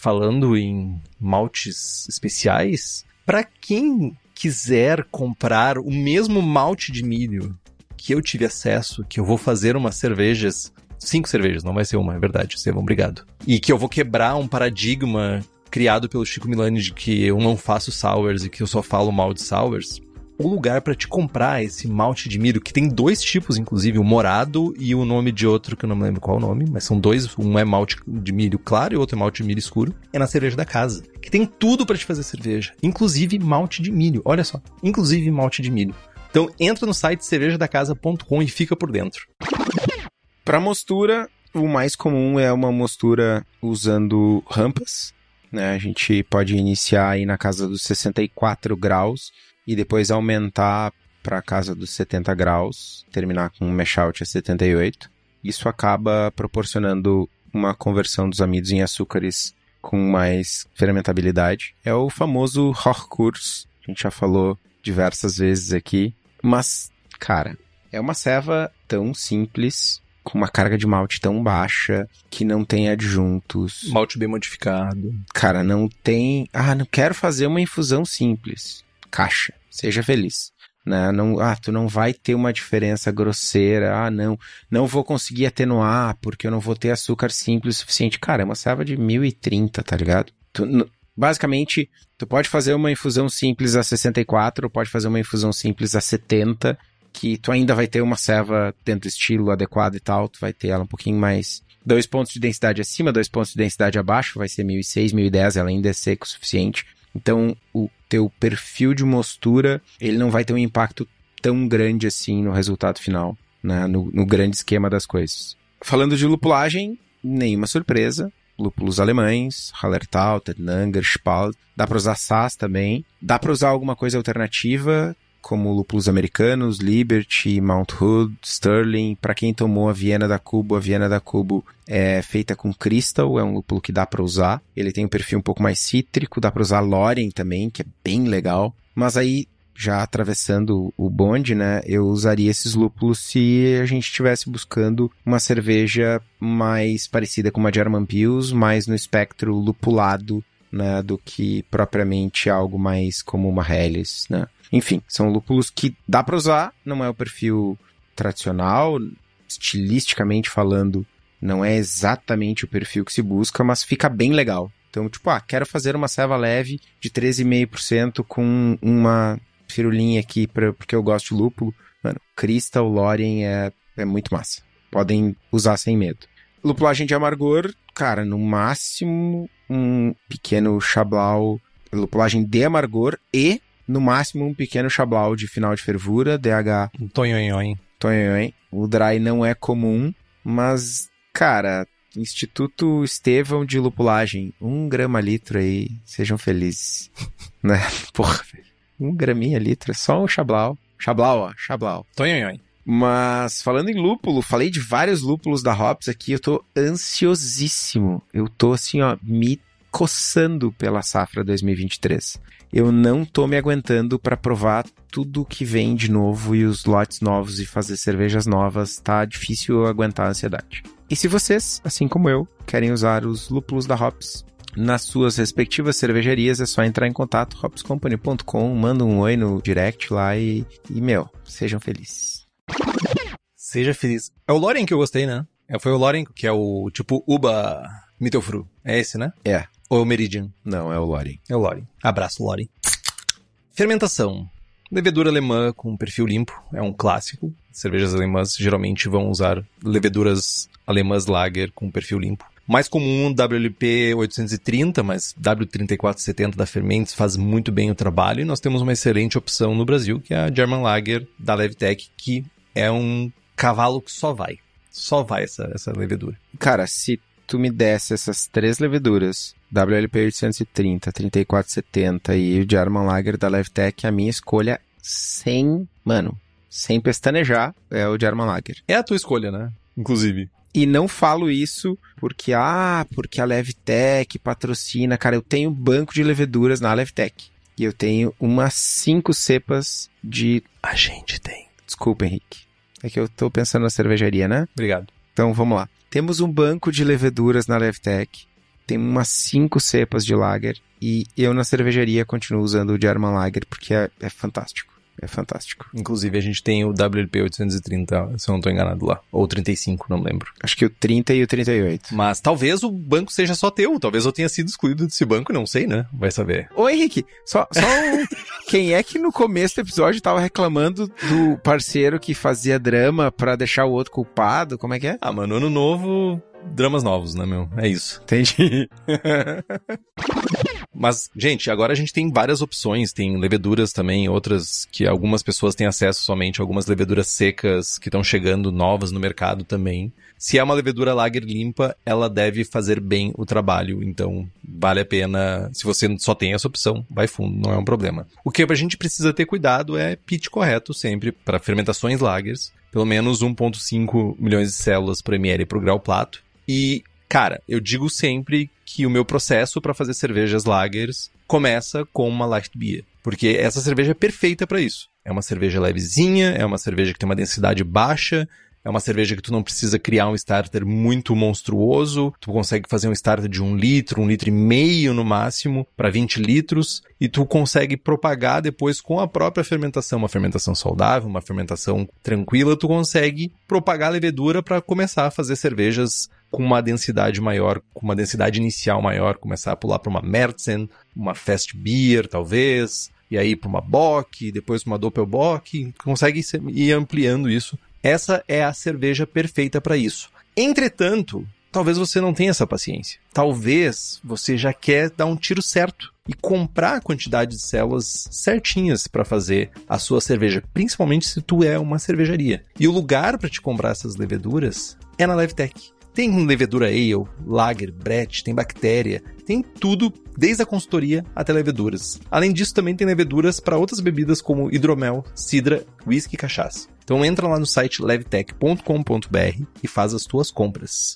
S3: especiais, para quem quiser comprar o mesmo malte de milho que eu tive acesso, que eu vou fazer umas cervejas, 5 cervejas, não vai ser uma, é verdade, Estevão, obrigado. E que eu vou quebrar um paradigma criado pelo Chico Milani de que eu não faço sours e que eu só falo mal de sours. O lugar para te comprar esse malte de milho, que tem 2 tipos, inclusive, o morado e o nome de outro, que eu não me lembro qual é o nome, mas são 2, um é malte de milho claro e o outro é malte de milho escuro, é na Cerveja da Casa, que tem tudo para te fazer cerveja, inclusive malte de milho, olha só, inclusive malte de milho. Então entra no site cervejadacasa.com e fica por dentro.
S2: Para mostura, o mais comum é uma mostura usando rampas, né? A gente pode iniciar aí na casa dos 64 graus e depois aumentar para a casa dos 70 graus, terminar com um mash out a 78. Isso acaba proporcionando uma conversão dos amidos em açúcares com mais fermentabilidade. É o famoso Hochkurs, a gente já falou diversas vezes aqui, mas, cara, é uma ceva tão simples, com uma carga de malte tão baixa, que não tem adjuntos.
S3: Malte bem modificado.
S2: Cara, não tem... não quero fazer uma infusão simples. Caixa, seja feliz. Né? Não, tu não vai ter uma diferença grosseira. Não vou conseguir atenuar, porque eu não vou ter açúcar simples o suficiente. Cara, é uma ceva de 1030, tá ligado? Basicamente, tu pode fazer uma infusão simples a 64, ou pode fazer uma infusão simples a 70, que tu ainda vai ter uma ceva dentro do estilo adequado e tal, tu vai ter ela um pouquinho mais... 2 pontos de densidade acima, 2 pontos de densidade abaixo, vai ser 1006, 1010, ela ainda é seca o suficiente. Então, o teu perfil de mostura, ele não vai ter um impacto tão grande assim no resultado final, né? No grande esquema das coisas. Falando de lupulagem, nenhuma surpresa. Lúpulos alemães, Hallertau, Tettnanger, Spalt. Dá para usar Saaz também. Dá para usar alguma coisa alternativa, como lúpulos americanos, Liberty, Mount Hood, Sterling. Para quem tomou a Viena da Cubo é feita com Crystal, é um lúpulo que dá para usar. Ele tem um perfil um pouco mais cítrico, dá para usar Lorien também, que é bem legal. Mas aí, já atravessando o bonde, né, eu usaria esses lúpulos se a gente estivesse buscando uma cerveja mais parecida com uma German Pils, mais no espectro lupulado, né, do que propriamente algo mais como uma Helles, né. Enfim, são lúpulos que dá para usar, não é o perfil tradicional, estilisticamente falando, não é exatamente o perfil que se busca, mas fica bem legal. Então, quero fazer uma ceva leve de 13,5% com uma firulinha aqui porque eu gosto de lúpulo. Mano, Crystal, Lorien é muito massa. Podem usar sem medo. Lupulagem de amargor, cara, no máximo um pequeno Chablau, lupulagem de amargor e no máximo um pequeno Chablau de final de fervura, DH
S3: Tonhonhon.
S2: O dry não é comum, mas, cara, Instituto Estevão de Lupulagem, 1 grama a litro aí, sejam felizes. Né? Porra, 1 graminha a litro, é só um Chablau. Chablau.
S3: Tonhonhon.
S2: Mas, falando em lúpulo, falei de vários lúpulos da Hops aqui, eu tô ansiosíssimo. Eu tô, assim, me coçando pela safra 2023. Eu não tô me aguentando para provar tudo que vem de novo e os lotes novos e fazer cervejas novas. Tá difícil eu aguentar a ansiedade. E se vocês, assim como eu, querem usar os lúpulos da Hops nas suas respectivas cervejarias, é só entrar em contato, hopscompany.com, manda um oi no direct lá e sejam felizes.
S3: Seja feliz. É o Lorien que eu gostei, né? Foi o Lorien, que é o tipo Uba Mittelfru. É esse, né?
S2: É.
S3: Ou é o Meridian?
S2: Não, é o Lorien.
S3: É o Lorien. Abraço, Lorien. Fermentação. Levedura alemã com perfil limpo. É um clássico. Cervejas alemãs geralmente vão usar leveduras alemãs lager com perfil limpo. Mais comum WLP 830, mas W3470 da Fermentes faz muito bem o trabalho. E nós temos uma excelente opção no Brasil, que é a German Lager da Levtech, que é um cavalo que só vai. Só vai essa levedura.
S2: Cara, se tu me desse essas 3 leveduras, WLP 830, 3470 e o German Lager da Levtech, a minha escolha sem pestanejar, é o German Lager.
S3: É a tua escolha, né? Inclusive.
S2: E não falo isso porque a Levtech patrocina. Cara, eu tenho banco de leveduras na Levtech. E eu tenho umas 5 cepas de...
S3: A gente tem.
S2: Desculpa, Henrique. É que eu tô pensando na cervejaria, né?
S3: Obrigado.
S2: Então, vamos lá. Temos um banco de leveduras na Levtech. Tem umas 5 cepas de Lager. E eu na cervejaria continuo usando o German Lager porque é fantástico. É fantástico.
S3: Inclusive, a gente tem o WLP 830, se eu não tô enganado lá. Ou 35, não lembro.
S2: Acho que o 30 e o 38.
S3: Mas talvez o banco seja só teu. Talvez eu tenha sido excluído desse banco, não sei, né? Vai saber.
S2: Ô, Henrique, só quem é que no começo do episódio tava reclamando do parceiro que fazia drama pra deixar o outro culpado? Como é que é?
S3: Ah, mano, ano novo, dramas novos, né, meu? É isso.
S2: Entendi.
S3: Mas, gente, agora a gente tem várias opções, tem leveduras também, outras que algumas pessoas têm acesso somente, algumas leveduras secas que estão chegando novas no mercado também. Se é uma levedura lager limpa, ela deve fazer bem o trabalho, então vale a pena, se você só tem essa opção, vai fundo, não é um problema. O que a gente precisa ter cuidado é pitch correto sempre para fermentações lagers, pelo menos 1,5 milhões de células por ml por grau plato. E, cara, eu digo sempre que o meu processo para fazer cervejas lagers começa com uma light beer, porque essa cerveja é perfeita para isso. É uma cerveja levezinha, é uma cerveja que tem uma densidade baixa, é uma cerveja que tu não precisa criar um starter muito monstruoso, tu consegue fazer um starter de 1 litro, 1,5 litro no máximo, para 20 litros, e tu consegue propagar depois com a própria fermentação, uma fermentação saudável, uma fermentação tranquila, tu consegue propagar a levedura para começar a fazer cervejas com uma densidade maior, com uma densidade inicial maior, começar a pular para uma Märzen, uma Fast Beer, talvez, e aí para uma Bock, depois para uma Doppelbock, consegue ir ampliando isso. Essa é a cerveja perfeita para isso. Entretanto, talvez você não tenha essa paciência. Talvez você já quer dar um tiro certo e comprar a quantidade de células certinhas para fazer a sua cerveja, principalmente se tu é uma cervejaria. E o lugar para te comprar essas leveduras é na Levtech. Tem levedura ale, lager, brett, tem bactéria, tem tudo, desde a consultoria até leveduras. Além disso, também tem leveduras para outras bebidas como hidromel, cidra, whisky e cachaça. Então entra lá no site levtech.com.br e faz as tuas compras.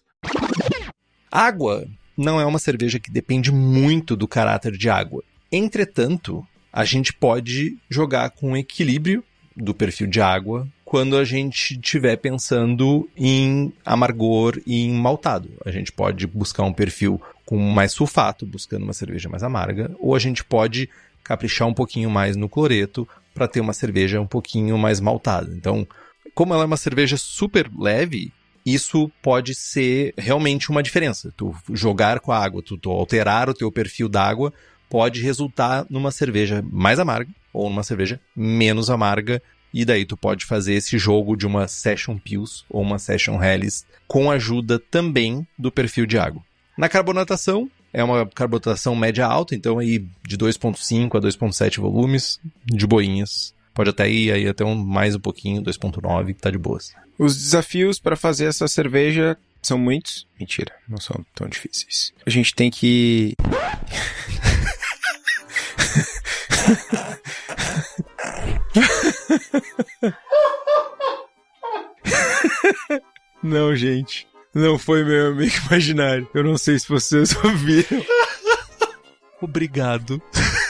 S3: Água não é uma cerveja que depende muito do caráter de água. Entretanto, a gente pode jogar com o equilíbrio do perfil de água quando a gente estiver pensando em amargor e em maltado. A gente pode buscar um perfil com mais sulfato, buscando uma cerveja mais amarga, ou a gente pode caprichar um pouquinho mais no cloreto para ter uma cerveja um pouquinho mais maltada. Então, como ela é uma cerveja super leve, isso pode ser realmente uma diferença. Tu jogar com a água, tu alterar o teu perfil d'água, pode resultar numa cerveja mais amarga ou numa cerveja menos amarga. E daí tu pode fazer esse jogo de uma Session Pils ou uma Session Helles com a ajuda também do perfil de água. Na carbonatação, é uma carbonatação média alta, então aí de 2,5 a 2,7 volumes, de boinhas. Pode até ir aí até mais um pouquinho, 2,9, que tá de boas.
S2: Os desafios para fazer essa cerveja são muitos? Mentira, não são tão difíceis. A gente tem que... Não, gente. Não foi meu amigo imaginário. Eu não sei se vocês ouviram.
S3: Obrigado.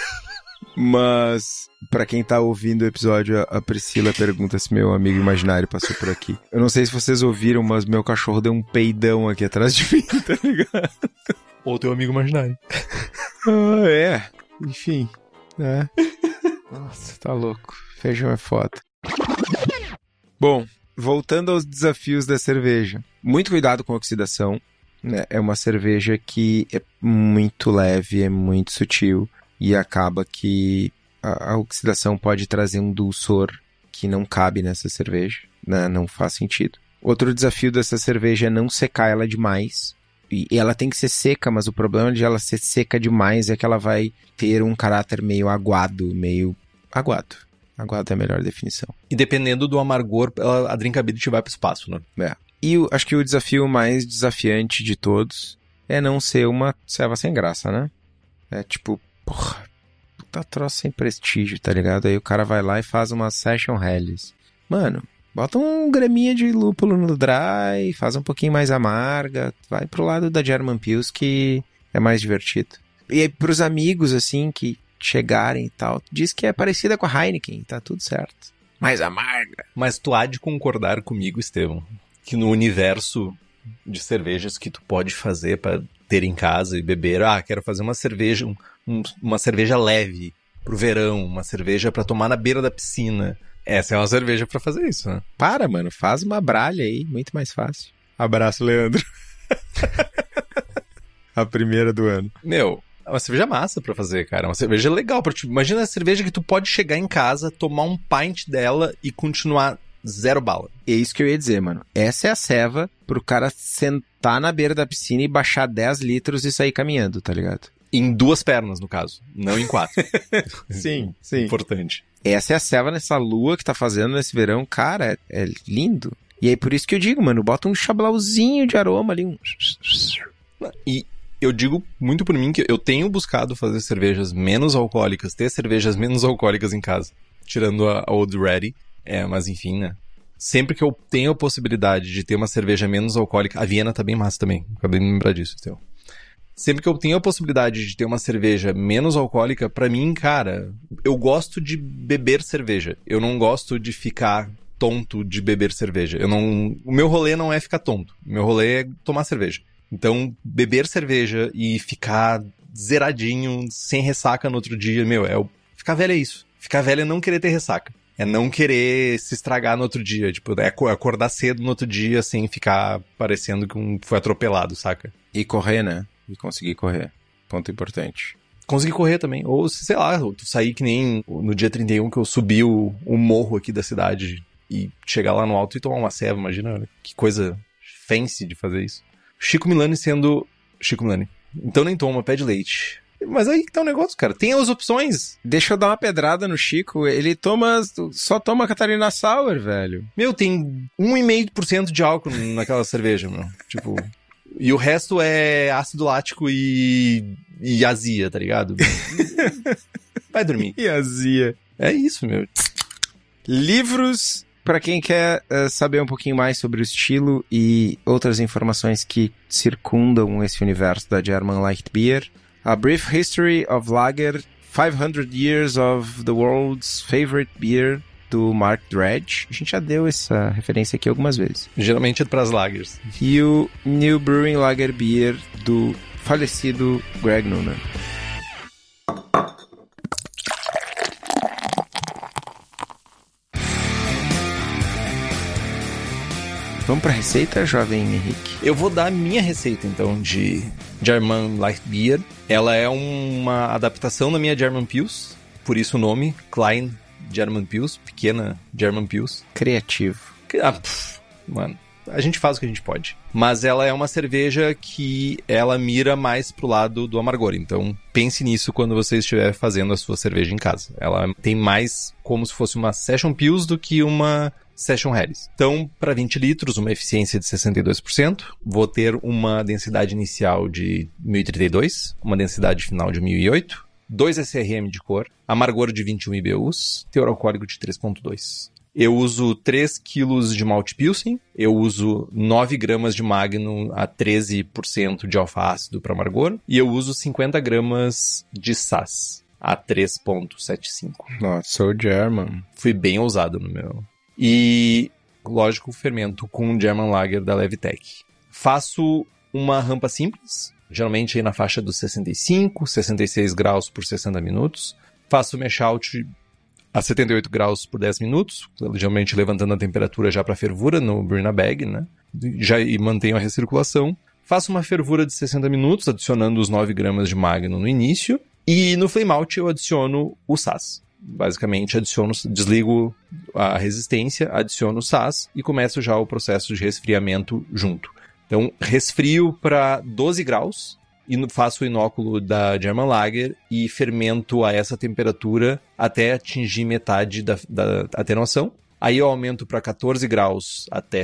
S2: Mas, pra quem tá ouvindo o episódio, a Priscila pergunta se meu amigo imaginário passou por aqui. Eu não sei se vocês ouviram, mas meu cachorro deu um peidão aqui atrás de mim, tá ligado?
S3: Ou teu amigo imaginário.
S2: Ah, é. Enfim, né? Nossa, tá louco. Feijão é foda. Bom, voltando aos desafios da cerveja. Muito cuidado com a oxidação, né? É uma cerveja que é muito leve, é muito sutil e acaba que a oxidação pode trazer um dulçor que não cabe nessa cerveja, né? Não faz sentido. Outro desafio dessa cerveja é não secar ela demais, E ela tem que ser seca, mas o problema de ela ser seca demais é que ela vai ter um caráter meio aguado, Aguado é a melhor definição.
S3: E dependendo do amargor, a drinkability vai pro espaço, né?
S2: E acho que o desafio mais desafiante de todos é não ser uma ceva sem graça, né? É tipo, porra, puta troço sem prestígio, tá ligado? Aí o cara vai lá e faz uma Session Helles. Mano, bota um graminha de lúpulo no dry, faz um pouquinho mais amarga, vai pro lado da German Pils que é mais divertido. E aí pros amigos, assim, que chegarem e tal, diz que é parecida com a Heineken, tá tudo certo. Mais amarga.
S3: Mas tu há de concordar comigo, Estevão, que no universo de cervejas que tu pode fazer pra ter em casa e beber, quero fazer uma cerveja, uma cerveja leve pro verão, uma cerveja pra tomar na beira da piscina. Essa é uma cerveja pra fazer isso, né?
S2: Para, mano, faz uma bralha aí, muito mais fácil. Abraço, Leandro. A primeira do ano.
S3: Meu, é uma cerveja massa pra fazer, cara. É uma cerveja legal. Imagina a cerveja que tu pode chegar em casa, tomar um pint dela e continuar zero bala.
S2: É isso que eu ia dizer, mano. Essa é a ceva pro cara sentar na beira da piscina e baixar 10 litros e sair caminhando, tá ligado?
S3: Em 2 pernas, no caso. Não em 4.
S2: Sim.
S3: Importante.
S2: Essa é a ceva nessa lua que tá fazendo nesse verão. Cara, é lindo. E aí por isso que eu digo, mano, bota um chablauzinho de aroma ali.
S3: E eu digo muito por mim que eu tenho buscado fazer cervejas menos alcoólicas, ter cervejas menos alcoólicas em casa. Tirando a Old Ready. Mas enfim, né? Sempre que eu tenho a possibilidade de ter uma cerveja menos alcoólica... A Viena tá bem massa também. Acabei de me lembrar disso, então. Sempre que eu tenho a possibilidade de ter uma cerveja menos alcoólica, pra mim, cara, eu gosto de beber cerveja. Eu não gosto de ficar tonto de beber cerveja. O meu rolê não é ficar tonto. O meu rolê é tomar cerveja. Então, beber cerveja e ficar zeradinho, sem ressaca no outro dia, ficar velho é isso. Ficar velho é não querer ter ressaca. É não querer se estragar no outro dia. Tipo, é acordar cedo no outro dia sem ficar parecendo que foi atropelado, saca?
S2: E correr, né? E conseguir correr. Ponto importante.
S3: Conseguir correr também. Ou, sei lá, tu sair que nem no dia 31 que eu subi o morro aqui da cidade e chegar lá no alto e tomar uma ceva, imagina, que coisa fancy de fazer isso. Chico Milani sendo Chico Milani. Então nem toma, pede leite. Mas aí que tá o negócio, cara. Tem as opções.
S2: Deixa eu dar uma pedrada no Chico. Ele só toma Catarina Sour, velho.
S3: Meu, tem 1,5% de álcool naquela cerveja, meu. Tipo... E o resto é ácido lático e azia, tá ligado? Vai dormir.
S2: E azia.
S3: É isso, meu.
S2: Livros, pra quem quer saber um pouquinho mais sobre o estilo e outras informações que circundam esse universo da German Light Beer. A Brief History of Lager, 500 Years of the World's Favorite Beer, do Mark Dredge. A gente já deu essa referência aqui algumas vezes.
S3: Geralmente é para as lagers.
S2: E o New Brewing Lager Beer, do falecido Greg Noonan. Vamos pra receita, jovem Henrique?
S3: Eu vou dar a minha receita, então, de German Light Beer. Ela é uma adaptação da minha German Pils, por isso o nome, Klein German Pils, pequena German Pils.
S2: Criativo.
S3: Mano, a gente faz o que a gente pode. Mas ela é uma cerveja que ela mira mais pro lado do amargor. Então, pense nisso quando você estiver fazendo a sua cerveja em casa. Ela tem mais como se fosse uma Session Pils do que uma Session Helles. Então, para 20 litros, uma eficiência de 62%. Vou ter uma densidade inicial de 1032, uma densidade final de 1008. 2 SRM de cor, amargor de 21 IBUs, teor alcoólico de 3,2. Eu uso 3 kg de malte pilsen, eu uso 9 gramas de Magnum a 13% de alfa-ácido para amargor, e eu uso 50 gramas de Saaz a 3,75.
S2: Not so German.
S3: Fui bem ousado no meu. E, lógico, fermento com German Lager da Levitec. Faço uma rampa simples, geralmente aí na faixa dos 65, 66 graus por 60 minutos. Faço mash out a 78 graus por 10 minutos, geralmente levantando a temperatura já para fervura no Brina Bag, né? E mantenho a recirculação. Faço uma fervura de 60 minutos, adicionando os 9 gramas de Magnum no início. E no flame out eu adiciono o Saaz. Basicamente, desligo a resistência, adiciono o Saaz e começo já o processo de resfriamento junto. Então, resfrio para 12 graus e faço o inóculo da German Lager e fermento a essa temperatura até atingir metade da atenuação. Aí eu aumento para 14 graus até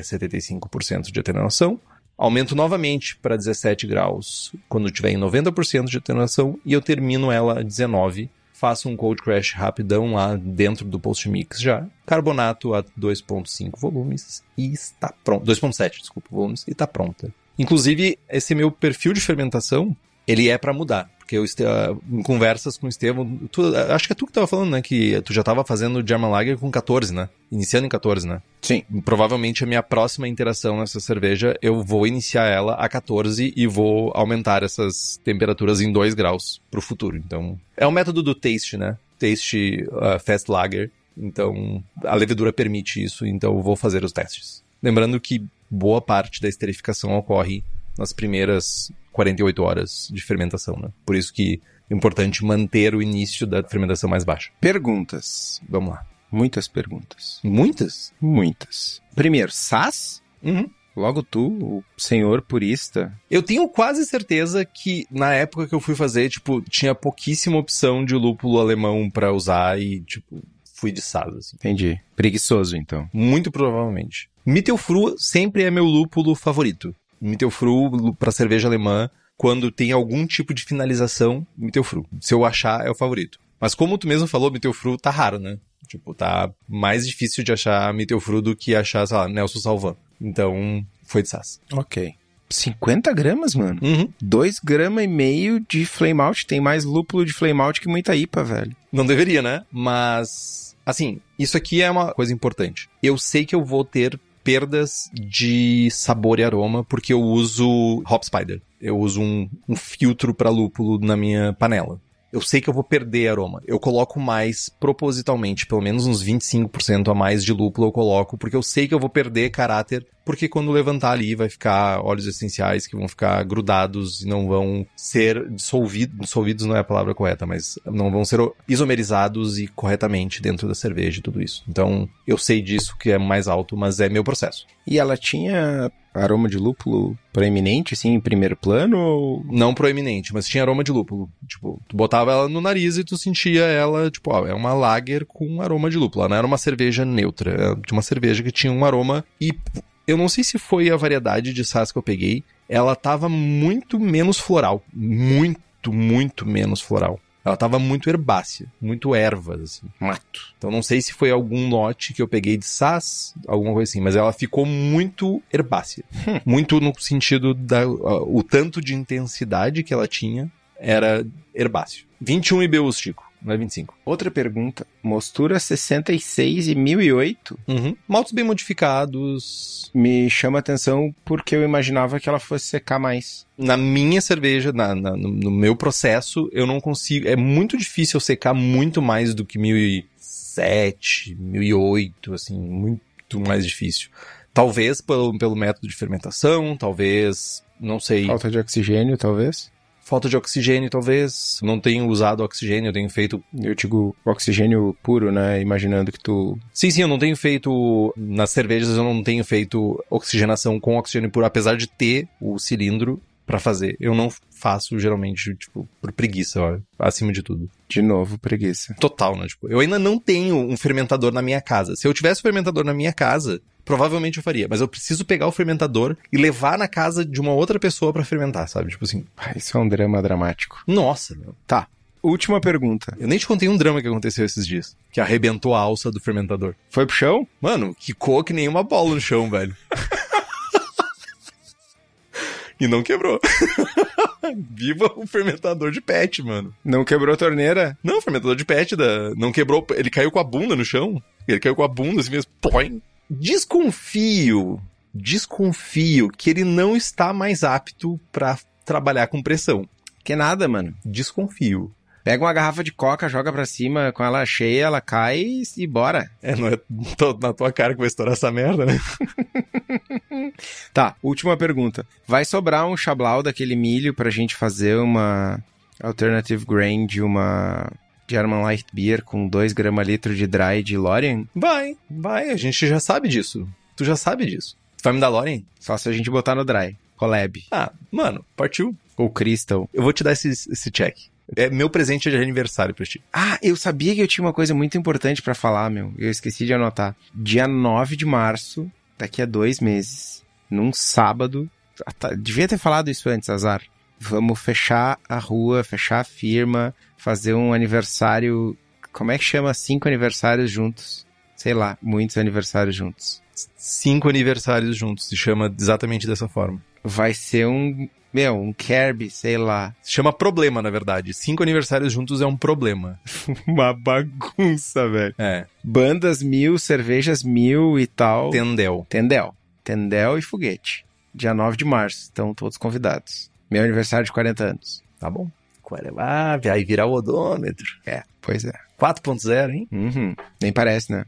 S3: 75% de atenuação. Aumento novamente para 17 graus quando tiver em 90% de atenuação e eu termino ela a 19. Faço um cold crash rapidão lá dentro do post-mix já. Carbonato a 2.5 volumes e está pronto. 2.7, desculpa, volumes e está pronta. Inclusive, esse meu perfil de fermentação, ele é para mudar. Porque eu, em conversas com o Estevão, acho que é tu que tava falando, né? Que tu já tava fazendo German Lager com 14, né? Iniciando em 14, né?
S2: Sim.
S3: Provavelmente a minha próxima interação nessa cerveja, eu vou iniciar ela a 14 e vou aumentar essas temperaturas em 2 graus pro futuro. Então, é o método do taste, né? Taste Fast Lager. Então, a levedura permite isso, então eu vou fazer os testes. Lembrando que boa parte da esterificação ocorre nas primeiras 48 horas de fermentação, né? Por isso que é importante manter o início da fermentação mais baixa.
S2: Perguntas.
S3: Vamos lá.
S2: Muitas perguntas.
S3: Muitas?
S2: Muitas. Primeiro, SAS?
S3: Uhum.
S2: Logo tu, o senhor purista.
S3: Eu tenho quase certeza que na época que eu fui fazer, tipo, tinha pouquíssima opção de lúpulo alemão pra usar e, tipo, fui de SAS, assim.
S2: Entendi. Preguiçoso, então.
S3: Muito provavelmente. Mittelfru sempre é meu lúpulo favorito. Mittelfru para cerveja alemã, quando tem algum tipo de finalização, Mittelfru. Se eu achar, é o favorito. Mas como tu mesmo falou, Mittelfru tá raro, né? Tipo, tá mais difícil de achar Mittelfru do que achar, sei lá, Nelson Salvan. Então, foi de SAS.
S2: Ok. 50 gramas, mano?
S3: Uhum.
S2: 2,5 gramas de flame out. Tem mais lúpulo de flame out que muita IPA, velho.
S3: Não deveria, né? Mas, assim, isso aqui é uma coisa importante. Eu sei que eu vou ter perdas de sabor e aroma, porque eu uso Hop Spider. Eu uso um filtro para lúpulo na minha panela. Eu sei que eu vou perder aroma. Eu coloco mais propositalmente, pelo menos uns 25% a mais de lúpulo eu coloco, porque eu sei que eu vou perder caráter, porque quando levantar ali vai ficar óleos essenciais que vão ficar grudados e não vão ser dissolvidos não é a palavra correta, mas não vão ser isomerizados e corretamente dentro da cerveja e tudo isso. Então, eu sei disso que é mais alto, mas é meu processo.
S2: E ela tinha aroma de lúpulo proeminente, assim, em primeiro plano? Ou...
S3: Não proeminente, mas tinha aroma de lúpulo. Tipo, tu botava ela no nariz e tu sentia ela, tipo, ó, é uma lager com aroma de lúpulo. Ela não era uma cerveja neutra, era uma cerveja que tinha um aroma e... Eu não sei se foi a variedade de SAS que eu peguei, ela tava muito menos floral. Muito menos floral. Ela tava muito herbácea, muito ervas, assim.
S2: Mato.
S3: Então não sei se foi algum lote que eu peguei de SAS, alguma coisa assim, mas ela ficou muito herbácea. Muito no sentido o tanto de intensidade que ela tinha era herbáceo. 21 IBUs, Chico. Não é 25.
S2: Outra pergunta. Mostura 66 e 1008?
S3: Uhum. Maltes bem modificados.
S2: Me chama a atenção porque eu imaginava que ela fosse secar mais.
S3: Na minha cerveja, no meu processo, eu não consigo... É muito difícil eu secar muito mais do que 1007, 1008, assim, muito mais difícil. Talvez pelo método de fermentação, talvez, não sei...
S2: Falta de oxigênio, talvez?
S3: Falta de oxigênio, talvez. Não tenho usado oxigênio, eu tenho feito...
S2: Eu digo oxigênio puro, né? Imaginando que tu...
S3: Sim, eu não tenho feito... Nas cervejas eu não tenho feito oxigenação com oxigênio puro, apesar de ter o cilindro pra fazer. Eu não faço, geralmente, tipo, por preguiça, ó, acima de tudo.
S2: De novo, preguiça.
S3: Total, né? Tipo, eu ainda não tenho um fermentador na minha casa. Se eu tivesse um fermentador na minha casa, provavelmente eu faria. Mas eu preciso pegar o fermentador e levar na casa de uma outra pessoa pra fermentar, sabe? Tipo assim...
S2: Isso é um drama dramático.
S3: Nossa, meu.
S2: Tá. Última pergunta.
S3: Eu nem te contei um drama que aconteceu esses dias. Que arrebentou a alça do fermentador.
S2: Foi pro chão?
S3: Mano, quicou que nem uma bola no chão, velho. E não quebrou. Viva o fermentador de PET, mano.
S2: Não quebrou a torneira?
S3: Não, o fermentador de PET não quebrou. Ele caiu com a bunda no chão. Ele caiu com a bunda assim mesmo. Põe. Desconfio que ele não está mais apto pra trabalhar com pressão.
S2: Que nada, mano.
S3: Desconfio.
S2: Pega uma garrafa de coca, joga pra cima, com ela cheia, ela cai e bora.
S3: Não é na tua cara que vai estourar essa merda, né?
S2: Tá, última pergunta. Vai sobrar um chablau daquele milho pra gente fazer uma alternative grain de uma German Light Beer com 2 grama-litro de dry de Lorien?
S3: Vai. A gente já sabe disso. Tu já sabe disso. Tu vai me dar Lorien?
S2: Só se a gente botar no dry. collab.
S3: Ah, mano, partiu.
S2: Ou Crystal.
S3: Eu vou te dar esse check. É meu presente de aniversário pra ti.
S2: Ah, eu sabia que eu tinha uma coisa muito importante pra falar, meu. Eu esqueci de anotar. Dia 9 de março, daqui a 2 meses, num sábado... Devia ter falado isso antes, azar. Vamos fechar a rua, fechar a firma, fazer um aniversário... Como é que chama 5 aniversários juntos? Sei lá, muitos aniversários juntos.
S3: 5 aniversários juntos, se chama exatamente dessa forma.
S2: Vai ser um Kirby, sei lá.
S3: Se chama problema, na verdade. 5 aniversários juntos é um problema.
S2: Uma bagunça, velho.
S3: É.
S2: Bandas 1000, cervejas 1000 e tal. Tendel e foguete. Dia 9 de março, estão todos convidados. Meu aniversário de 40 anos.
S3: Tá bom. Vai virar o odômetro.
S2: É, pois é.
S3: 4.0, hein?
S2: Uhum. Nem parece, né?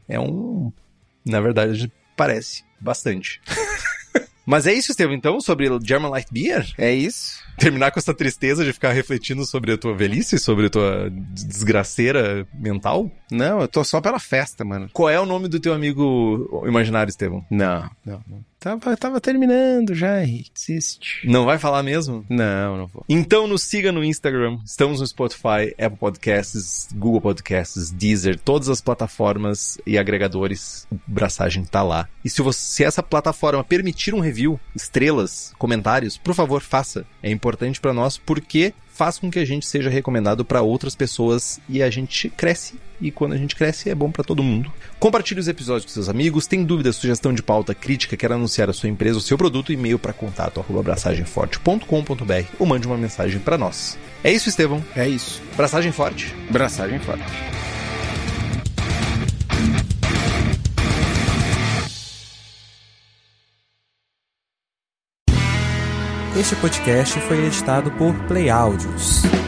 S3: Na verdade, parece bastante. Mas é isso, Estevão, então, sobre o German Light Beer?
S2: É isso.
S3: Terminar com essa tristeza de ficar refletindo sobre a tua velhice, sobre a tua desgraceira mental?
S2: Não, eu tô só pela festa, mano.
S3: Qual é o nome do teu amigo imaginário, Estevão?
S2: Não. Tava terminando já, Henrique. Desiste.
S3: Não vai falar mesmo?
S2: Não vou.
S3: Então nos siga no Instagram. Estamos no Spotify, Apple Podcasts, Google Podcasts, Deezer, todas as plataformas e agregadores. O Braçagem tá lá. E se essa plataforma permitir um review, estrelas, comentários, por favor, faça. É importante pra nós porque faz com que a gente seja recomendado pra outras pessoas e a gente cresce. E quando a gente cresce, é bom pra todo mundo. Compartilhe os episódios com seus amigos. Tem dúvida, sugestão de pauta, crítica, quer anunciar a sua empresa, o seu produto, e-mail para contato@abraçagemforte.com.br ou mande uma mensagem pra nós. É isso, Estevão?
S2: É isso.
S3: Braçagem forte?
S2: Braçagem forte.
S4: Este podcast foi editado por Play Áudios.